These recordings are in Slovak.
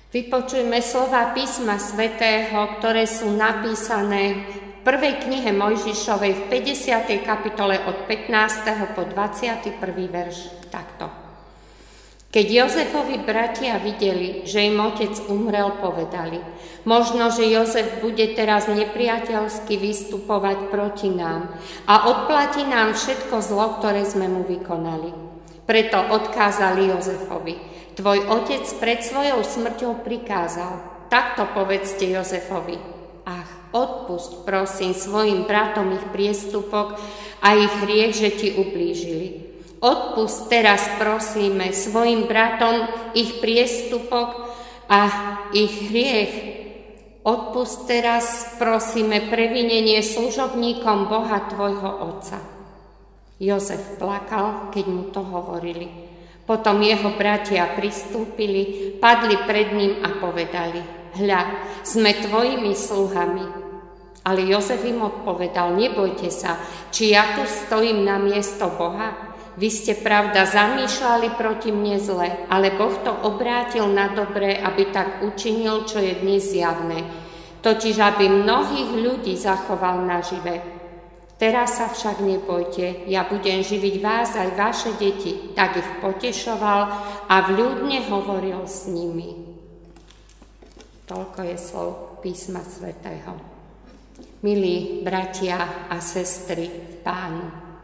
Vypočujme slova písma svätého, ktoré sú napísané v prvej knihe Mojžišovej v 50. kapitole od 15. po 21. verš takto. Keď Jozefovi bratia videli, že im otec umrel, povedali: možno, že Jozef bude teraz nepriateľsky vystupovať proti nám a odplatí nám všetko zlo, ktoré sme mu vykonali. Preto odkázali Jozefovi: tvoj otec pred svojou smrťou prikázal, takto povedzte Jozefovi: ach, odpusť prosím svojim bratom ich priestupok a ich hriech, že ti ublížili. Odpusť teraz prosíme svojim bratom ich priestupok a ich hriech. Odpusť teraz prosíme previnenie služobníkom Boha tvojho otca. Jozef plakal, keď mu to hovorili. Potom jeho bratia pristúpili, padli pred ním a povedali: hľa, sme tvojimi sluhami. Ale Jozef im odpovedal: nebojte sa, či ja tu stojím na miesto Boha? Vy ste pravda zamýšľali proti mne zle, ale Boh to obrátil na dobré, aby tak učinil, čo je dnes zjavné. Totiž, aby mnohých ľudí zachoval nažive. Teraz sa však nebojte, ja budem živiť vás aj vaše deti. Tak ich potešoval a vľúdne hovoril s nimi. Toľko je slov písma svätého. Milí bratia a sestry v Pánu,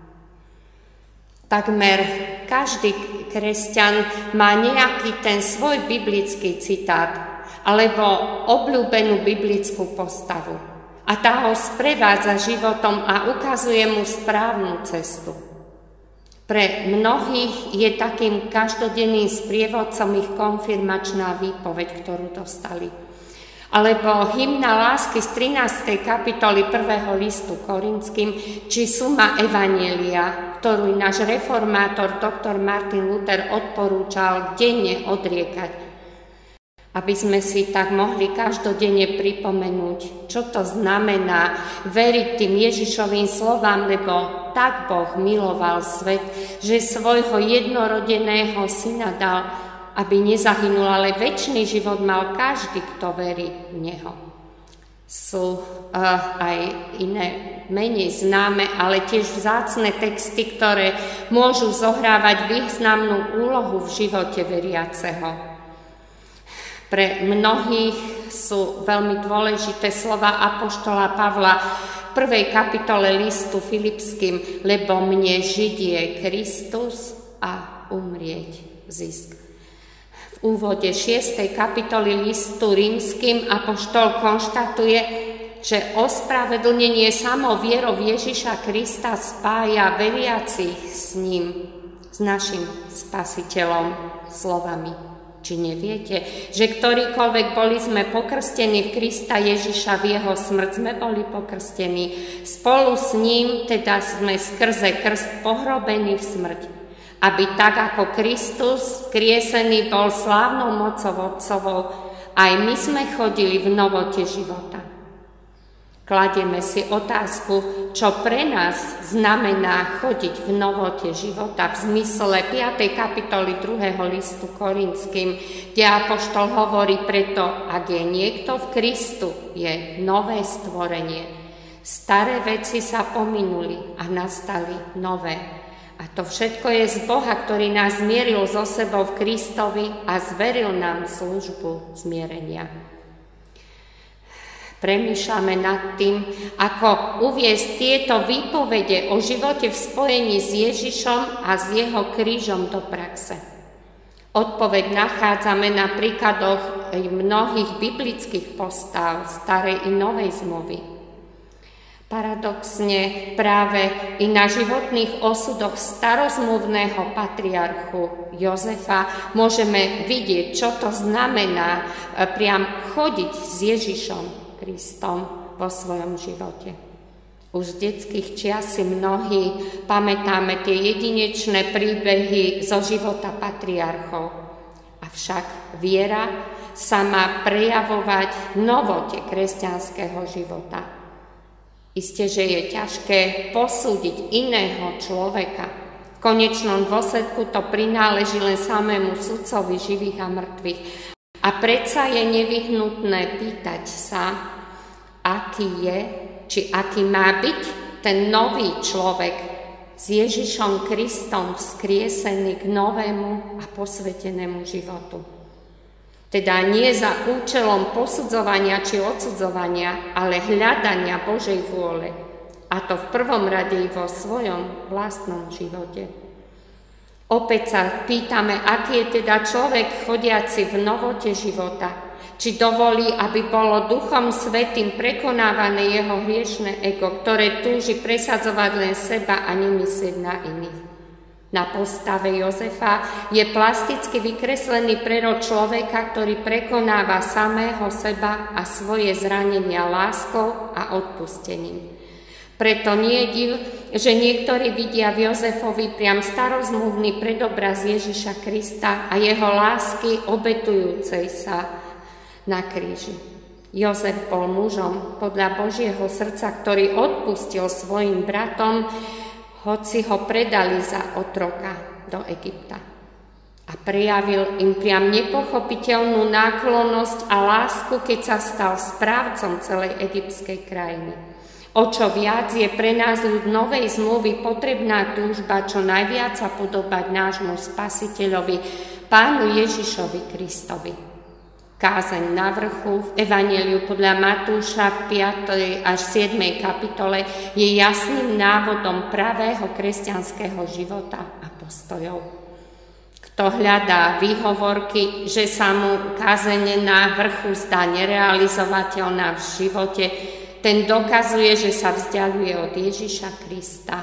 takmer každý kresťan má nejaký ten svoj biblický citát alebo obľúbenú biblickú postavu. A tá ho sprevádza životom a ukazuje mu správnu cestu. Pre mnohých je takým každodenným sprievodcom ich konfirmačná výpoveď, ktorú dostali. Alebo hymna lásky z 13. kapitoly 1. listu Korinským, či suma Evanjelia, ktorú náš reformátor dr. Martin Luther odporúčal denne odriekať, aby sme si tak mohli každodenne pripomenúť, čo to znamená veriť tým Ježišovým slovám, lebo tak Boh miloval svet, že svojho jednorodeného syna dal, aby nezahynul, ale večný život mal každý, kto verí v Neho. Sú aj iné menej známe, ale tiež vzácne texty, ktoré môžu zohrávať významnú úlohu v živote veriaceho. Pre mnohých sú veľmi dôležité slova apoštola Pavla v 1. kapitole listu Filipským, lebo mne žiť je Kristus a umrieť zisk. V úvode 6. kapitoly listu Rímskym apoštol konštatuje, že ospravedlnenie samou vierou Ježiša Krista spája veriacich s ním, s našim Spasiteľom, slovami. Či neviete, že ktorýkoľvek boli sme pokrstení v Krista Ježiša, v jeho smrť sme boli pokrstení. Spolu s ním teda sme skrze krst pohrobení v smrť, aby tak ako Kristus kriesený bol slávnou mocou Otcovou, aj my sme chodili v novote života. Kladieme si otázku, čo pre nás znamená chodiť v novote života v zmysle 5. kapitoly 2. listu Korinským, kde apoštol hovorí preto, ak je niekto v Kristu, je nové stvorenie. Staré veci sa pominuli a nastali nové. A to všetko je z Boha, ktorý nás zmieril so sebou v Kristovi a zveril nám službu zmierenia. Premýšľame nad tým, ako uviesť tieto výpovede o živote v spojení s Ježišom a s jeho krížom do praxe. Odpoveď nachádzame na príkladoch mnohých biblických postav starej i novej zmluvy. Paradoxne práve i na životných osudoch starozmluvného patriarchu Jozefa môžeme vidieť, čo to znamená priam chodiť s Ježišom Kristom vo svojom živote. Už z detských čias si mnohí pamätáme tie jedinečné príbehy zo života patriarchov. Avšak viera sa má prejavovať v novote kresťanského života. Isté, že je ťažké posúdiť iného človeka. V konečnom dôsledku to prináleží len samému sudcovi živých a mŕtvych. A predsa je nevyhnutné pýtať sa, aký je, či aký má byť ten nový človek s Ježišom Kristom vzkriesený k novému a posvetenému životu. Teda nie za účelom posudzovania či odsudzovania, ale hľadania Božej vôle. A to v prvom rade i vo svojom vlastnom živote. Opäť sa pýtame, aký je teda človek chodiaci v novote života. Či dovolí, aby bolo Duchom Svätým prekonávané jeho hriešne ego, ktoré túži presadzovať len seba a nemyslieť na iných. Na postave Jozefa je plasticky vykreslený prerod človeka, ktorý prekonáva samého seba a svoje zranenia láskou a odpustením. Preto nie je div, že niektorí vidia v Jozefovi priam starozmluvný predobraz Ježiša Krista a jeho lásky obetujúcej sa na kríži. Jozef bol mužom podľa Božieho srdca, ktorý odpustil svojim bratom, hoci ho predali za otroka do Egypta. A prejavil im priam nepochopiteľnú náklonnosť a lásku, keď sa stal správcom celej egyptskej krajiny. O čo viac je pre nás ľud novej zmluvy potrebná túžba čo najviac sa podobať nášmu Spasiteľovi, Pánu Ježišovi Kristovi. Kázeň na vrchu v Evanjeliu podľa Matúša v 5. až 7. kapitole je jasným návodom pravého kresťanského života a postojov. Kto hľadá výhovorky, že sa mu kázeň na vrchu zdá nerealizovateľná v živote, ten dokazuje, že sa vzdialuje od Ježiša Krista.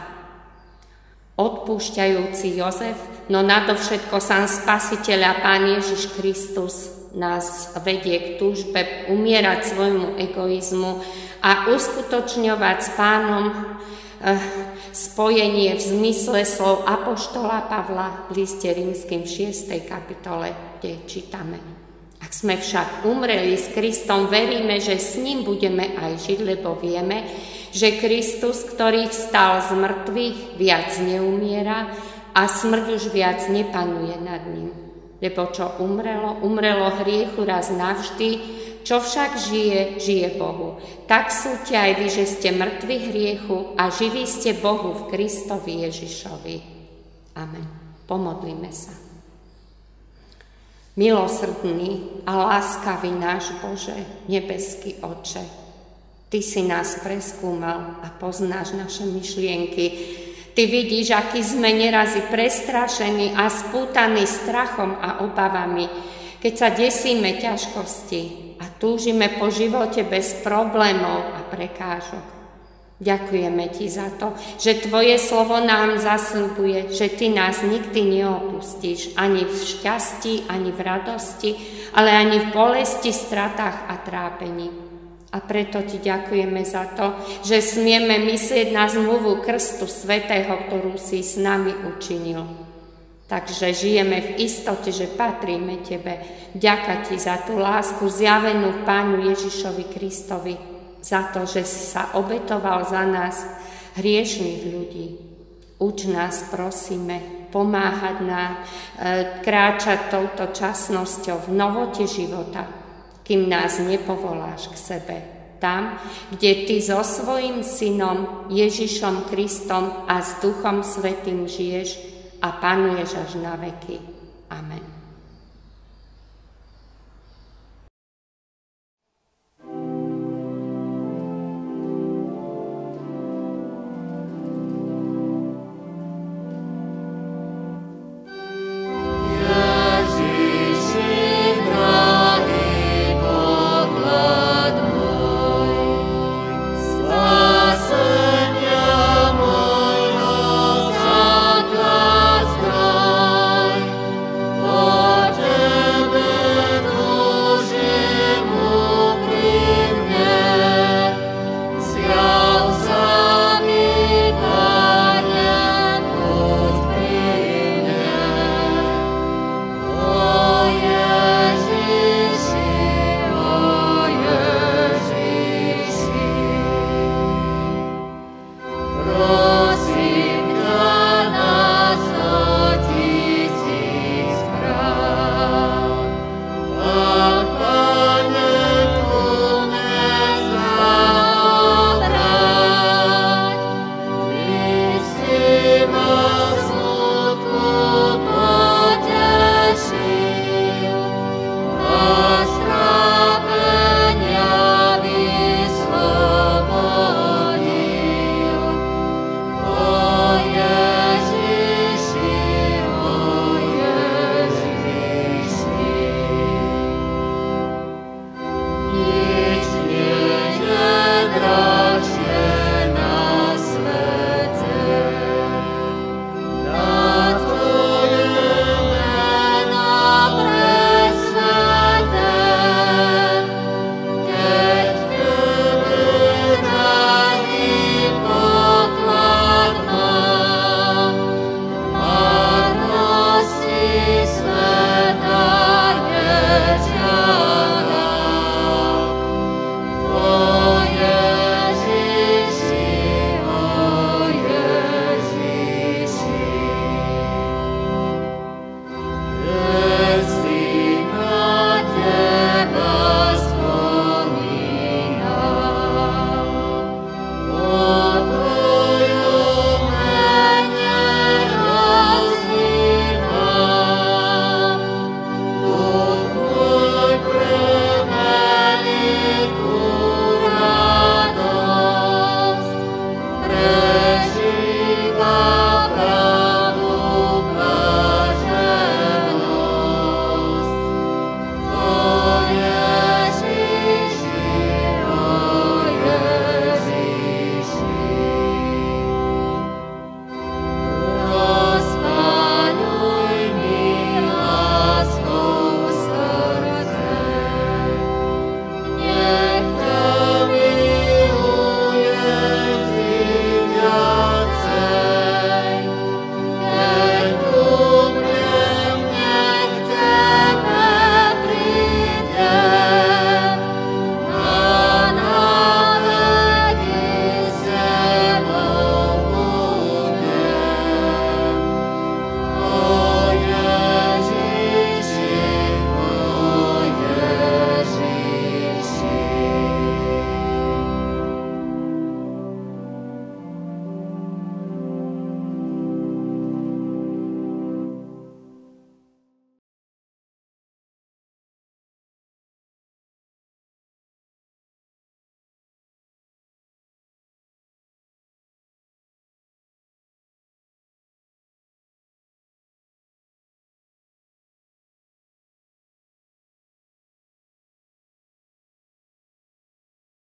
Odpúšťajúci Jozef, no nadovšetko sám Spasiteľ a Pán Ježiš Kristus nás vedie k túžbe umierať svojmu egoizmu a uskutočňovať s Pánom spojenie v zmysle slov apoštola Pavla v liste Rímskym v 6. kapitole, kde čítame: Ak sme však umreli s Kristom, veríme, že s ním budeme aj žiť, lebo vieme, že Kristus, ktorý vstal z mŕtvych, viac neumiera a smrť už viac nepanuje nad ním. Lebo čo umrelo hriechu raz navždy, čo však žije Bohu. Tak súďte aj vy, že ste mŕtvi hriechu a živí ste Bohu v Kristovi Ježišovi. Amen. Pomodlíme sa. Milosrdný a láskavý náš Bože, nebeský Otče, Ty si nás preskúmal a poznáš naše myšlienky. Ty vidíš, aký sme neraz prestrašení a spútaní strachom a obavami, keď sa desíme ťažkosti a túžime po živote bez problémov a prekážok. Ďakujeme Ti za to, že Tvoje slovo nám zasľubuje, že Ty nás nikdy neopustíš ani v šťastí, ani v radosti, ale ani v bolesti, stratách a trápení. A preto Ti ďakujeme za to, že smieme myslieť na zmluvu krstu svätého, ktorú si s nami učinil. Takže žijeme v istote, že patríme Tebe. Ďaká Ti za tú lásku zjavenú Pánu Ježišovi Kristovi, za to, že si sa obetoval za nás, hriešných ľudí. Uč nás, prosíme, pomáhať nám kráčať touto časnosťou v novote života, kým nás nepovoláš k sebe. Tam, kde Ty so svojím Synom Ježišom Kristom a s Duchom Svätým žiješ a panuješ až na veky. Amen.